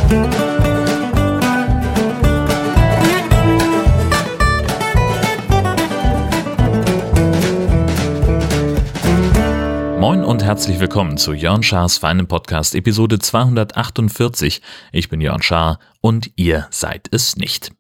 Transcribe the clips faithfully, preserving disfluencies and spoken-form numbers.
Moin und herzlich willkommen zu Jörn Schars feinem Podcast, Episode zweihundertachtundvierzig. Ich bin Jörn Schaar und ihr seid es nicht.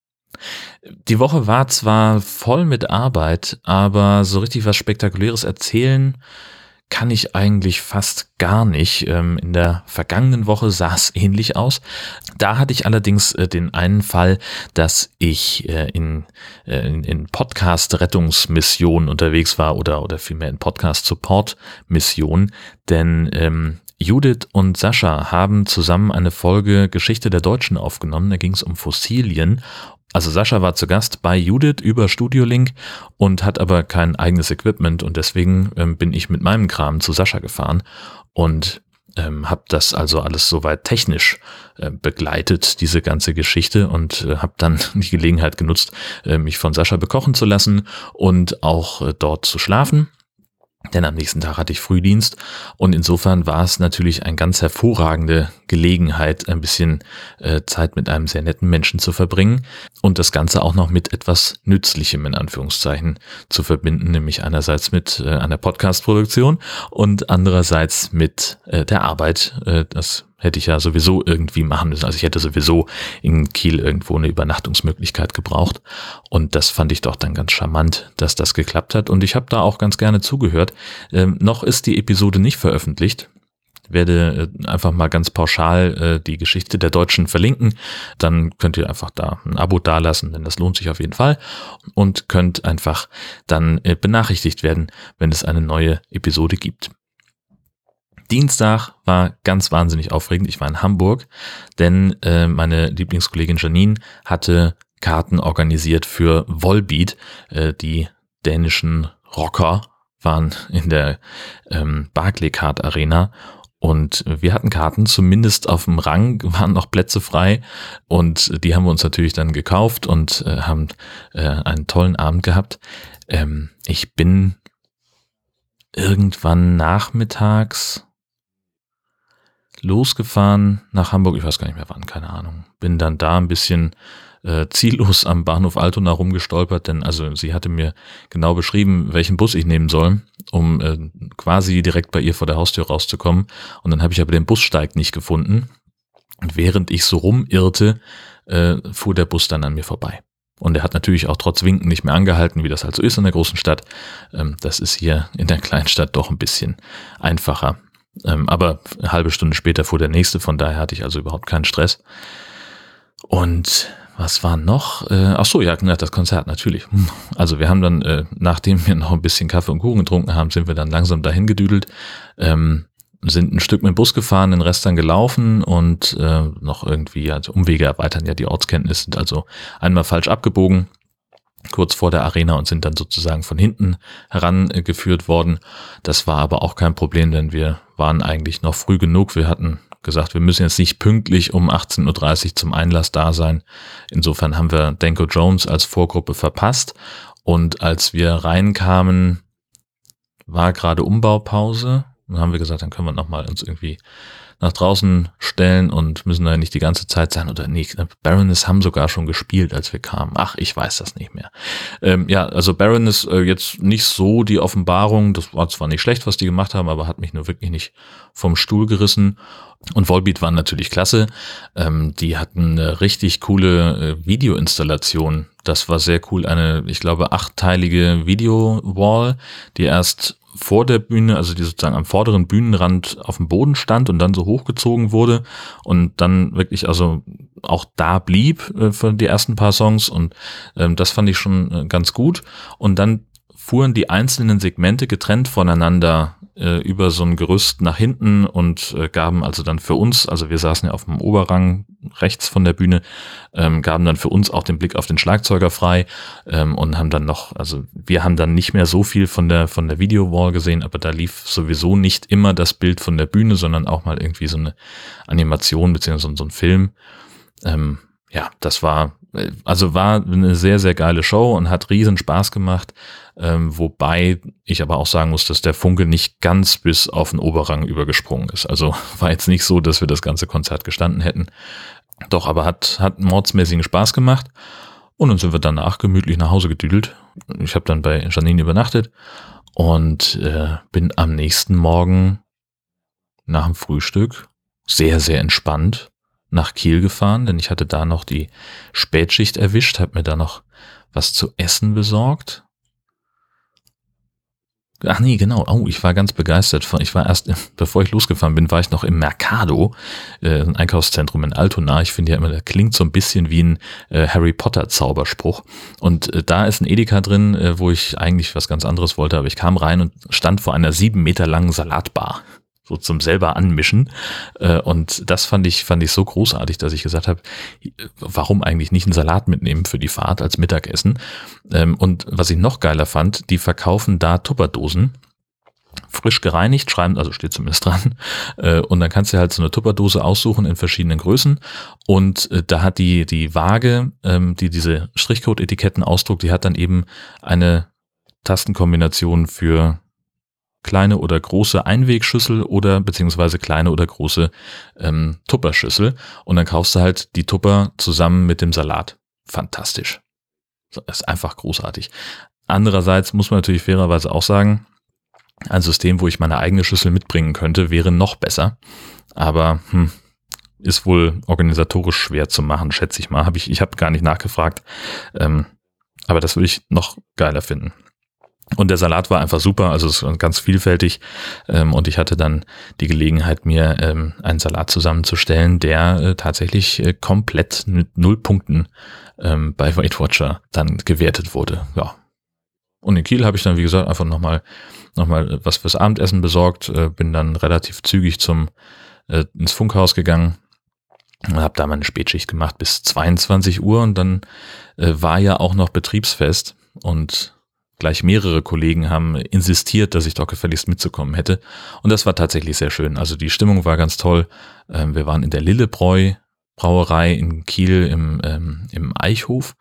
Die Woche war zwar voll mit Arbeit, aber so richtig was Spektakuläres erzählen kann ich eigentlich fast gar nicht. In der vergangenen Woche sah es ähnlich aus. Da hatte ich allerdings den einen Fall, dass ich in, in, in Podcast-Rettungsmissionen unterwegs war oder, oder vielmehr in Podcast-Support-Missionen, denn ähm, Judith und Sascha haben zusammen eine Folge Geschichte der Deutschen aufgenommen. Da ging es um Fossilien. Also Sascha war zu Gast bei Judith über Studiolink und hat aber kein eigenes Equipment und deswegen ähm, bin ich mit meinem Kram zu Sascha gefahren und ähm, habe das also alles soweit technisch äh, begleitet, diese ganze Geschichte, und äh, habe dann die Gelegenheit genutzt, äh, mich von Sascha bekochen zu lassen und auch äh, dort zu schlafen. Denn am nächsten Tag hatte ich Frühdienst und insofern war es natürlich eine ganz hervorragende Gelegenheit, ein bisschen äh, Zeit mit einem sehr netten Menschen zu verbringen und das Ganze auch noch mit etwas Nützlichem in Anführungszeichen zu verbinden, nämlich einerseits mit äh, einer Podcast-Produktion und andererseits mit äh, der Arbeit. Äh, das hätte ich ja sowieso irgendwie machen müssen. Also ich hätte sowieso in Kiel irgendwo eine Übernachtungsmöglichkeit gebraucht. Und das fand ich doch dann ganz charmant, dass das geklappt hat. Und ich habe da auch ganz gerne zugehört. Ähm, noch ist die Episode nicht veröffentlicht. Ich werde äh, einfach mal ganz pauschal äh, die Geschichte der Deutschen verlinken. Dann könnt ihr einfach da ein Abo dalassen, denn das lohnt sich auf jeden Fall. Und könnt einfach dann äh, benachrichtigt werden, wenn es eine neue Episode gibt. Dienstag war ganz wahnsinnig aufregend. Ich war in Hamburg, denn äh, meine Lieblingskollegin Janine hatte Karten organisiert für Volbeat. Äh, die dänischen Rocker waren in der ähm, Barclaycard Arena und wir hatten Karten, zumindest auf dem Rang waren noch Plätze frei und die haben wir uns natürlich dann gekauft und äh, haben äh, einen tollen Abend gehabt. Ähm, ich bin irgendwann nachmittags losgefahren nach Hamburg, ich weiß gar nicht mehr wann, keine Ahnung. Bin dann da ein bisschen äh, ziellos am Bahnhof Altona rumgestolpert, denn also sie hatte mir genau beschrieben, welchen Bus ich nehmen soll, um äh, quasi direkt bei ihr vor der Haustür rauszukommen. Und dann habe ich aber den Bussteig nicht gefunden. Und während ich so rumirrte, äh, fuhr der Bus dann an mir vorbei. Und er hat natürlich auch trotz Winken nicht mehr angehalten, wie das halt so ist in der großen Stadt. Ähm, das ist hier in der Kleinstadt doch ein bisschen einfacher. Ähm, aber eine halbe Stunde später fuhr der nächste, von daher hatte ich also überhaupt keinen Stress. Und was war noch? Äh, ach so, ja, das Konzert natürlich. Also wir haben dann, äh, nachdem wir noch ein bisschen Kaffee und Kuchen getrunken haben, sind wir dann langsam dahin gedüdelt, ähm, sind ein Stück mit dem Bus gefahren, den Rest dann gelaufen und äh, noch irgendwie, also Umwege erweitern ja die Ortskenntnis, sind also einmal falsch abgebogen, kurz vor der Arena, und sind dann sozusagen von hinten herangeführt worden. Das war aber auch kein Problem, denn wir waren eigentlich noch früh genug. Wir hatten gesagt, wir müssen jetzt nicht pünktlich um achtzehn Uhr dreißig zum Einlass da sein. Insofern haben wir Danko Jones als Vorgruppe verpasst. Und als wir reinkamen, war gerade Umbaupause. Und dann haben wir gesagt, dann können wir nochmal uns irgendwie nach draußen stellen und müssen da nicht die ganze Zeit sein, oder nicht. Baroness haben sogar schon gespielt, als wir kamen. Ach, ich weiß das nicht mehr. Ähm, ja, also Baroness äh, jetzt nicht so die Offenbarung. Das war zwar nicht schlecht, was die gemacht haben, aber hat mich nur wirklich nicht vom Stuhl gerissen. Und Volbeat waren natürlich klasse. Ähm, die hatten eine richtig coole äh, Videoinstallation. Das war sehr cool. Eine, ich glaube, achtteilige Video-Wall, die erst vor der Bühne, also die sozusagen am vorderen Bühnenrand auf dem Boden stand und dann so hochgezogen wurde und dann wirklich also auch da blieb äh, für die ersten paar Songs, und ähm, das fand ich schon äh, ganz gut. Und dann fuhren die einzelnen Segmente getrennt voneinander äh, über so ein Gerüst nach hinten und äh, gaben also dann für uns, also wir saßen ja auf dem Oberrang rechts von der Bühne, ähm, gaben dann für uns auch den Blick auf den Schlagzeuger frei ähm, und haben dann noch, also wir haben dann nicht mehr so viel von der von der Video-Wall gesehen, aber da lief sowieso nicht immer das Bild von der Bühne, sondern auch mal irgendwie so eine Animation beziehungsweise so ein Film. Ähm, ja, das war Also war eine sehr, sehr geile Show und hat riesen Spaß gemacht, ähm, wobei ich aber auch sagen muss, dass der Funke nicht ganz bis auf den Oberrang übergesprungen ist. Also war jetzt nicht so, dass wir das ganze Konzert gestanden hätten. Doch, aber hat, hat mordsmäßigen Spaß gemacht und dann sind wir danach gemütlich nach Hause gedüdelt. Ich habe dann bei Janine übernachtet und äh, bin am nächsten Morgen nach dem Frühstück sehr, sehr entspannt nach Kiel gefahren, denn ich hatte da noch die Spätschicht erwischt, habe mir da noch was zu essen besorgt. Ach nee, genau. Oh, ich war ganz begeistert. Ich war erst, bevor ich losgefahren bin, war ich noch im Mercado, äh, ein Einkaufszentrum in Altona. Ich finde ja immer, das klingt so ein bisschen wie ein äh, Harry Potter Zauberspruch. Und äh, da ist ein Edeka drin, äh, wo ich eigentlich was ganz anderes wollte, aber ich kam rein und stand vor einer sieben Meter langen Salatbar. So zum selber anmischen. Und das fand ich, fand ich so großartig, dass ich gesagt habe, warum eigentlich nicht einen Salat mitnehmen für die Fahrt als Mittagessen? Und was ich noch geiler fand, die verkaufen da Tupperdosen, frisch gereinigt, schreiben, also steht zumindest dran. Und dann kannst du halt so eine Tupperdose aussuchen in verschiedenen Größen. Und da hat die, die Waage, die diese Strichcode-Etiketten ausdruckt, die hat dann eben eine Tastenkombination für kleine oder große Einwegschüssel oder beziehungsweise kleine oder große ähm, Tupperschüssel und dann kaufst du halt die Tupper zusammen mit dem Salat. Fantastisch. Das ist einfach großartig. Andererseits muss man natürlich fairerweise auch sagen, ein System, wo ich meine eigene Schüssel mitbringen könnte, wäre noch besser. Aber hm, ist wohl organisatorisch schwer zu machen, schätze ich mal. Hab ich ich habe gar nicht nachgefragt. Ähm, aber das würde ich noch geiler finden. Und der Salat war einfach super, also es war ganz vielfältig ähm, und ich hatte dann die Gelegenheit, mir ähm, einen Salat zusammenzustellen, der äh, tatsächlich äh, komplett mit null Punkten ähm, bei Weight Watcher dann gewertet wurde. Ja. Und in Kiel habe ich dann, wie gesagt, einfach nochmal noch mal was fürs Abendessen besorgt, äh, bin dann relativ zügig zum äh, ins Funkhaus gegangen und habe da meine Spätschicht gemacht bis zweiundzwanzig Uhr und dann äh, war ja auch noch Betriebsfest und gleich mehrere Kollegen haben insistiert, dass ich doch gefälligst mitzukommen hätte. Und das war tatsächlich sehr schön. Also die Stimmung war ganz toll. Wir waren in der Lillebräu Brauerei in Kiel im, ähm, im Eichhof.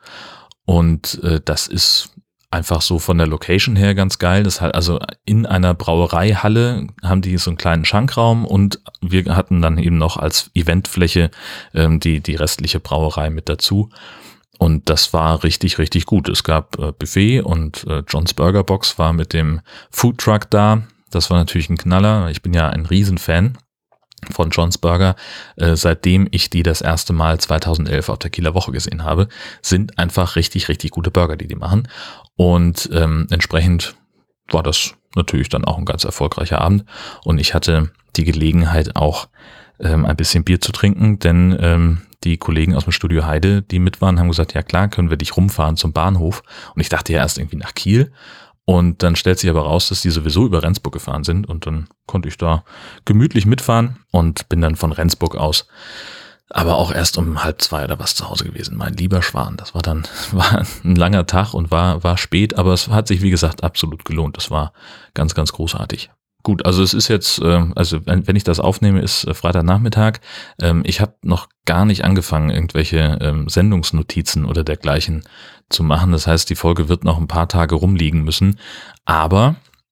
Und äh, das ist einfach so von der Location her ganz geil. Das hat also in einer Brauereihalle haben die so einen kleinen Schankraum und wir hatten dann eben noch als Eventfläche ähm, die, die restliche Brauerei mit dazu. Und das war richtig, richtig gut. Es gab äh, Buffet und äh, John's Burger Box war mit dem Foodtruck da. Das war natürlich ein Knaller. Ich bin ja ein Riesenfan von John's Burger. Äh, seitdem ich die das erste Mal zweitausendelf auf der Kieler Woche gesehen habe, sind einfach richtig, richtig gute Burger, die die machen. Und ähm, entsprechend war das natürlich dann auch ein ganz erfolgreicher Abend. Und ich hatte die Gelegenheit auch ähm, ein bisschen Bier zu trinken, denn ähm, die Kollegen aus dem Studio Heide, die mit waren, haben gesagt, ja klar, können wir dich rumfahren zum Bahnhof. Und ich dachte ja erst irgendwie nach Kiel. Und dann stellt sich aber raus, dass die sowieso über Rendsburg gefahren sind. Und dann konnte ich da gemütlich mitfahren und bin dann von Rendsburg aus, aber auch erst um halb zwei oder was zu Hause gewesen. Mein lieber Schwan, das war dann war ein langer Tag und war war spät, aber es hat sich, wie gesagt, absolut gelohnt. Das war ganz, ganz großartig. Gut, also es ist jetzt, also wenn, wenn ich das aufnehme, ist Freitagnachmittag. Ich habe noch gar nicht angefangen, irgendwelche Sendungsnotizen oder dergleichen zu machen. Das heißt, die Folge wird noch ein paar Tage rumliegen müssen. Aber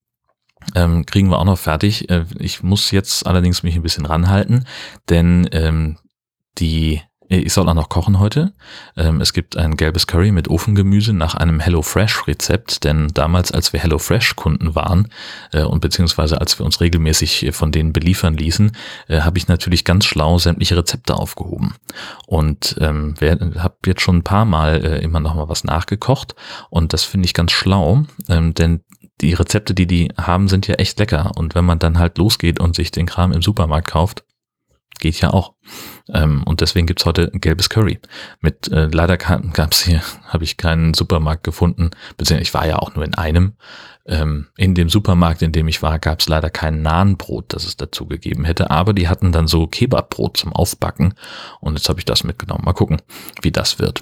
ähm, kriegen wir auch noch fertig. Ich muss jetzt allerdings mich ein bisschen ranhalten, denn ähm, die ich soll auch noch kochen heute. Es gibt ein gelbes Curry mit Ofengemüse nach einem HelloFresh-Rezept, denn damals, als wir HelloFresh-Kunden waren und beziehungsweise als wir uns regelmäßig von denen beliefern ließen, habe ich natürlich ganz schlau sämtliche Rezepte aufgehoben und ähm, habe jetzt schon ein paar Mal äh, immer noch mal was nachgekocht und das finde ich ganz schlau, ähm, denn die Rezepte, die die haben, sind ja echt lecker und wenn man dann halt losgeht und sich den Kram im Supermarkt kauft, geht ja auch. Ähm, und deswegen gibt's heute ein gelbes Curry. Mit äh, leider gab's hier, habe ich keinen Supermarkt gefunden, beziehungsweise ich war ja auch nur in einem. Ähm, in dem Supermarkt, in dem ich war, gab's leider kein Nahenbrot, das es dazu gegeben hätte, aber die hatten dann so Kebabbrot zum Aufbacken und jetzt habe ich das mitgenommen. Mal gucken, wie das wird.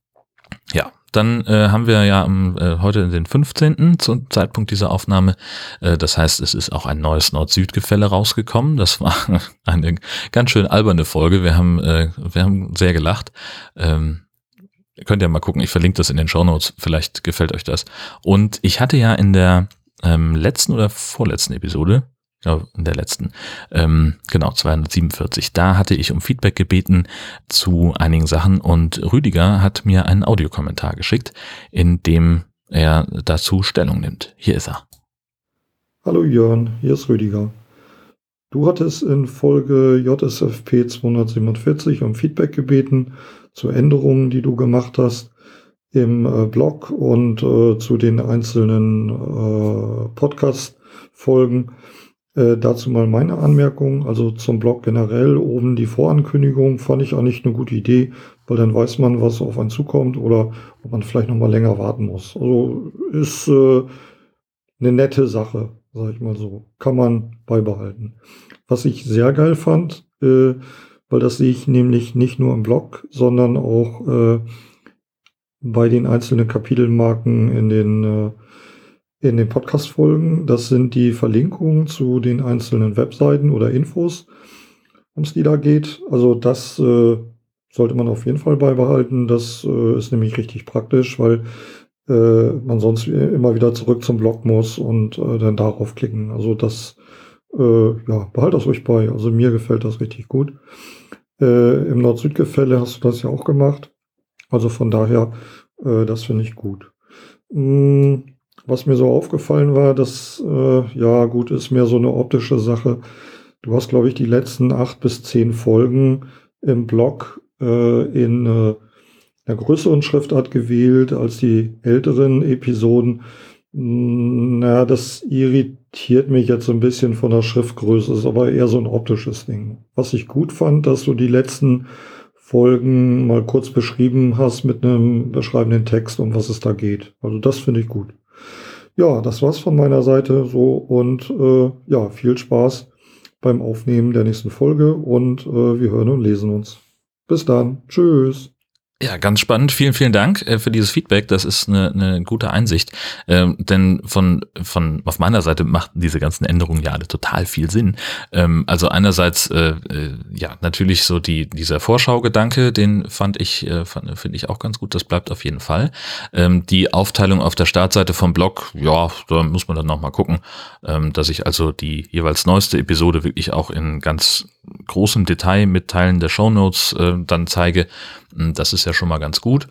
Ja, dann äh, haben wir ja am, äh, heute den fünfzehnten zum Zeitpunkt dieser Aufnahme. Äh, das heißt, es ist auch ein neues Nord-Süd-Gefälle rausgekommen. Das war eine ganz schön alberne Folge. Wir haben, äh, wir haben sehr gelacht. Ähm, könnt ihr mal gucken, ich verlinke das in den Shownotes, vielleicht gefällt euch das. Und ich hatte ja in der ähm, letzten oder vorletzten Episode, ja, in der letzten, ähm, genau, zweihundertsiebenundvierzig, da hatte ich um Feedback gebeten zu einigen Sachen und Rüdiger hat mir einen Audiokommentar geschickt, in dem er dazu Stellung nimmt. Hier ist er. Hallo Jörn, hier ist Rüdiger. Du hattest in Folge J S F P zweihundertsiebenundvierzig um Feedback gebeten zu Änderungen, die du gemacht hast im äh, Blog und äh, zu den einzelnen äh, Podcast-Folgen. Äh, dazu mal meine Anmerkung, also zum Blog generell, oben die Vorankündigung fand ich eigentlich eine gute Idee, weil dann weiß man, was auf einen zukommt oder ob man vielleicht noch mal länger warten muss. Also ist äh, eine nette Sache, sag ich mal so. Kann man beibehalten. Was ich sehr geil fand, äh, weil das sehe ich nämlich nicht nur im Blog, sondern auch äh, bei den einzelnen Kapitelmarken in den äh, in den Podcast-Folgen. Das sind die Verlinkungen zu den einzelnen Webseiten oder Infos, um es die da geht. Also das äh, sollte man auf jeden Fall beibehalten. Das äh, ist nämlich richtig praktisch, weil äh, man sonst immer wieder zurück zum Blog muss und äh, dann darauf klicken. Also das, äh, ja, behalt das euch bei. Also mir gefällt das richtig gut. Äh, Im Nord-Süd-Gefälle hast du das ja auch gemacht. Also von daher, äh, das finde ich gut. Mm. Was mir so aufgefallen war, das, äh, ja gut, ist mehr so eine optische Sache. Du hast, glaube ich, die letzten acht bis zehn Folgen im Blog äh, in äh, einer größeren Schriftart gewählt als die älteren Episoden. Na, das irritiert mich jetzt so ein bisschen von der Schriftgröße, ist aber eher so ein optisches Ding. Was ich gut fand, dass du die letzten Folgen mal kurz beschrieben hast mit einem beschreibenden Text, um was es da geht. Also das finde ich gut. Ja, das war's von meiner Seite so und äh, ja, viel Spaß beim Aufnehmen der nächsten Folge und äh, wir hören und lesen uns. Bis dann. Tschüss. Ja, ganz spannend. Vielen, vielen Dank äh, für dieses Feedback. Das ist eine, eine gute Einsicht. Ähm, denn von, von, auf meiner Seite machten diese ganzen Änderungen ja alle total viel Sinn. Ähm, also einerseits, äh, äh, ja, natürlich so die, dieser Vorschaugedanke, den fand ich, äh, finde ich auch ganz gut. Das bleibt auf jeden Fall. Ähm, die Aufteilung auf der Startseite vom Blog, ja, da muss man dann nochmal gucken, ähm, dass ich also die jeweils neueste Episode wirklich auch in ganz großem Detail mit Teilen der Shownotes äh, dann zeige. Das ist ja schon mal ganz gut.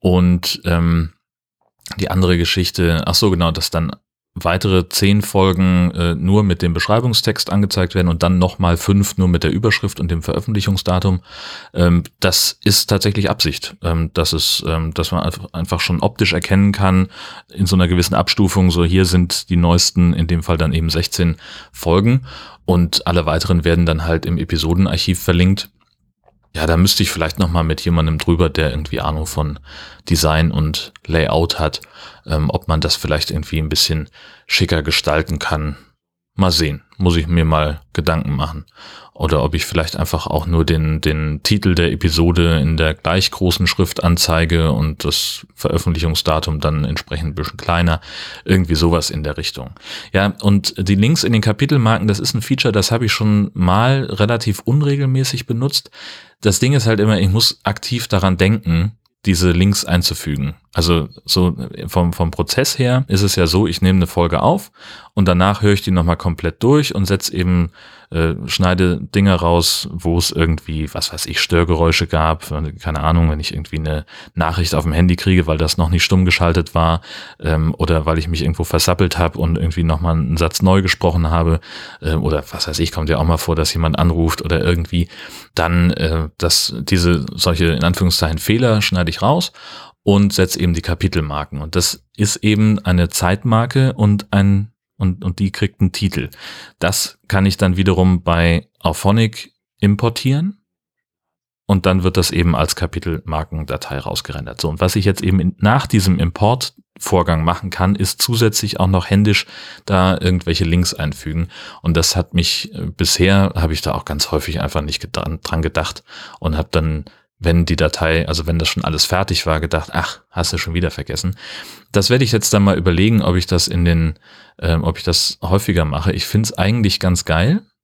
Und ähm, die andere Geschichte, ach so genau, dass dann weitere zehn Folgen äh, nur mit dem Beschreibungstext angezeigt werden und dann nochmal fünf nur mit der Überschrift und dem Veröffentlichungsdatum. Ähm, das ist tatsächlich Absicht, ähm, dass es, ähm, dass man einfach schon optisch erkennen kann in so einer gewissen Abstufung. So, hier sind die neuesten, in dem Fall dann eben sechzehn Folgen und alle weiteren werden dann halt im Episodenarchiv verlinkt. Ja, da müsste ich vielleicht nochmal mit jemandem drüber, der irgendwie Ahnung von Design und Layout hat, ähm, ob man das vielleicht irgendwie ein bisschen schicker gestalten kann. Mal sehen, muss ich mir mal Gedanken machen. Oder ob ich vielleicht einfach auch nur den, den Titel der Episode in der gleich großen Schrift anzeige und das Veröffentlichungsdatum dann entsprechend ein bisschen kleiner. Irgendwie sowas in der Richtung. Ja, und die Links in den Kapitelmarken, das ist ein Feature, das habe ich schon mal relativ unregelmäßig benutzt. Das Ding ist halt immer, ich muss aktiv daran denken, diese Links einzufügen. Also so vom, vom Prozess her ist es ja so, ich nehme eine Folge auf und danach höre ich die nochmal komplett durch und setze eben, äh, schneide Dinge raus, wo es irgendwie, was weiß ich, Störgeräusche gab, keine Ahnung, wenn ich irgendwie eine Nachricht auf dem Handy kriege, weil das noch nicht stumm geschaltet war, ähm, oder weil ich mich irgendwo versappelt habe und irgendwie nochmal einen Satz neu gesprochen habe, äh, oder was weiß ich, kommt ja auch mal vor, dass jemand anruft oder irgendwie, dann äh, dass diese solche in Anführungszeichen Fehler schneide ich raus und setze eben die Kapitelmarken. Und das ist eben eine Zeitmarke und ein und und die kriegt einen Titel. Das kann ich dann wiederum bei Auphonic importieren und dann wird das eben als Kapitelmarkendatei rausgerendert. So, und was ich jetzt eben in, nach diesem Importvorgang machen kann, ist zusätzlich auch noch händisch da irgendwelche Links einfügen. Und das hat mich, äh, bisher habe ich da auch ganz häufig einfach nicht gedran, dran gedacht und habe dann, wenn die Datei, also wenn das schon alles fertig war, gedacht, ach, hast du schon wieder vergessen. Das werde ich jetzt dann mal überlegen, ob ich das in den, ähm, ob ich das häufiger mache. Ich finde es eigentlich ganz geil,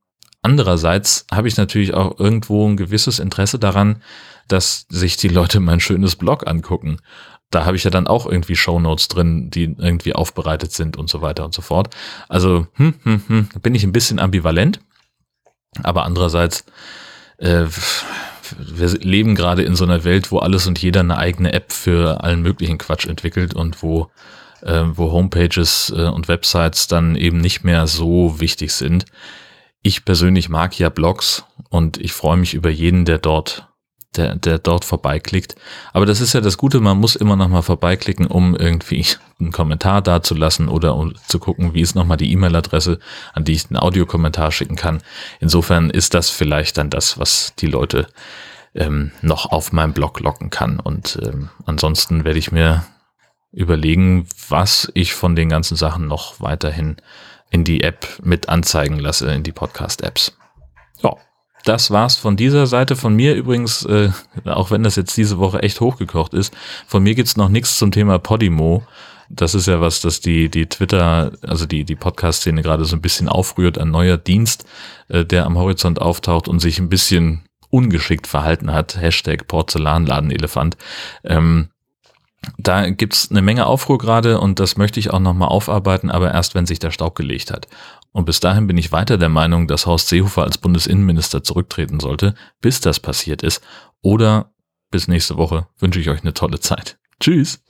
Andererseits habe ich natürlich auch irgendwo ein gewisses Interesse daran, dass sich die Leute mein schönes Blog angucken. Da habe ich ja dann auch irgendwie Shownotes drin, die irgendwie aufbereitet sind und so weiter und so fort. Also hm, hm, hm, bin ich ein bisschen ambivalent. Aber andererseits, äh, wir leben gerade in so einer Welt, wo alles und jeder eine eigene App für allen möglichen Quatsch entwickelt und wo, äh, wo Homepages äh, und Websites dann eben nicht mehr so wichtig sind. Ich persönlich mag ja Blogs und ich freue mich über jeden, der dort Der, der dort vorbeiklickt. Aber das ist ja das Gute, man muss immer noch mal vorbeiklicken, um irgendwie einen Kommentar dazulassen oder um zu gucken, wie ist nochmal die E-Mail-Adresse, an die ich einen Audiokommentar schicken kann. Insofern ist das vielleicht dann das, was die Leute ähm, noch auf meinem Blog locken kann. Und ähm, ansonsten werde ich mir überlegen, was ich von den ganzen Sachen noch weiterhin in die App mit anzeigen lasse, in die Podcast-Apps. Ja. Das war's von dieser Seite. Von mir übrigens, äh, auch wenn das jetzt diese Woche echt hochgekocht ist, von mir gibt's noch nichts zum Thema Podimo. Das ist ja was, das die die Twitter, also die die Podcast-Szene gerade so ein bisschen aufrührt, ein neuer Dienst, äh, der am Horizont auftaucht und sich ein bisschen ungeschickt verhalten hat. Hashtag Porzellanladenelefant. Ähm, Da gibt's eine Menge Aufruhr gerade und das möchte ich auch nochmal aufarbeiten, aber erst, wenn sich der Staub gelegt hat. Und bis dahin bin ich weiter der Meinung, dass Horst Seehofer als Bundesinnenminister zurücktreten sollte, bis das passiert ist. Oder bis nächste Woche wünsche ich euch eine tolle Zeit. Tschüss!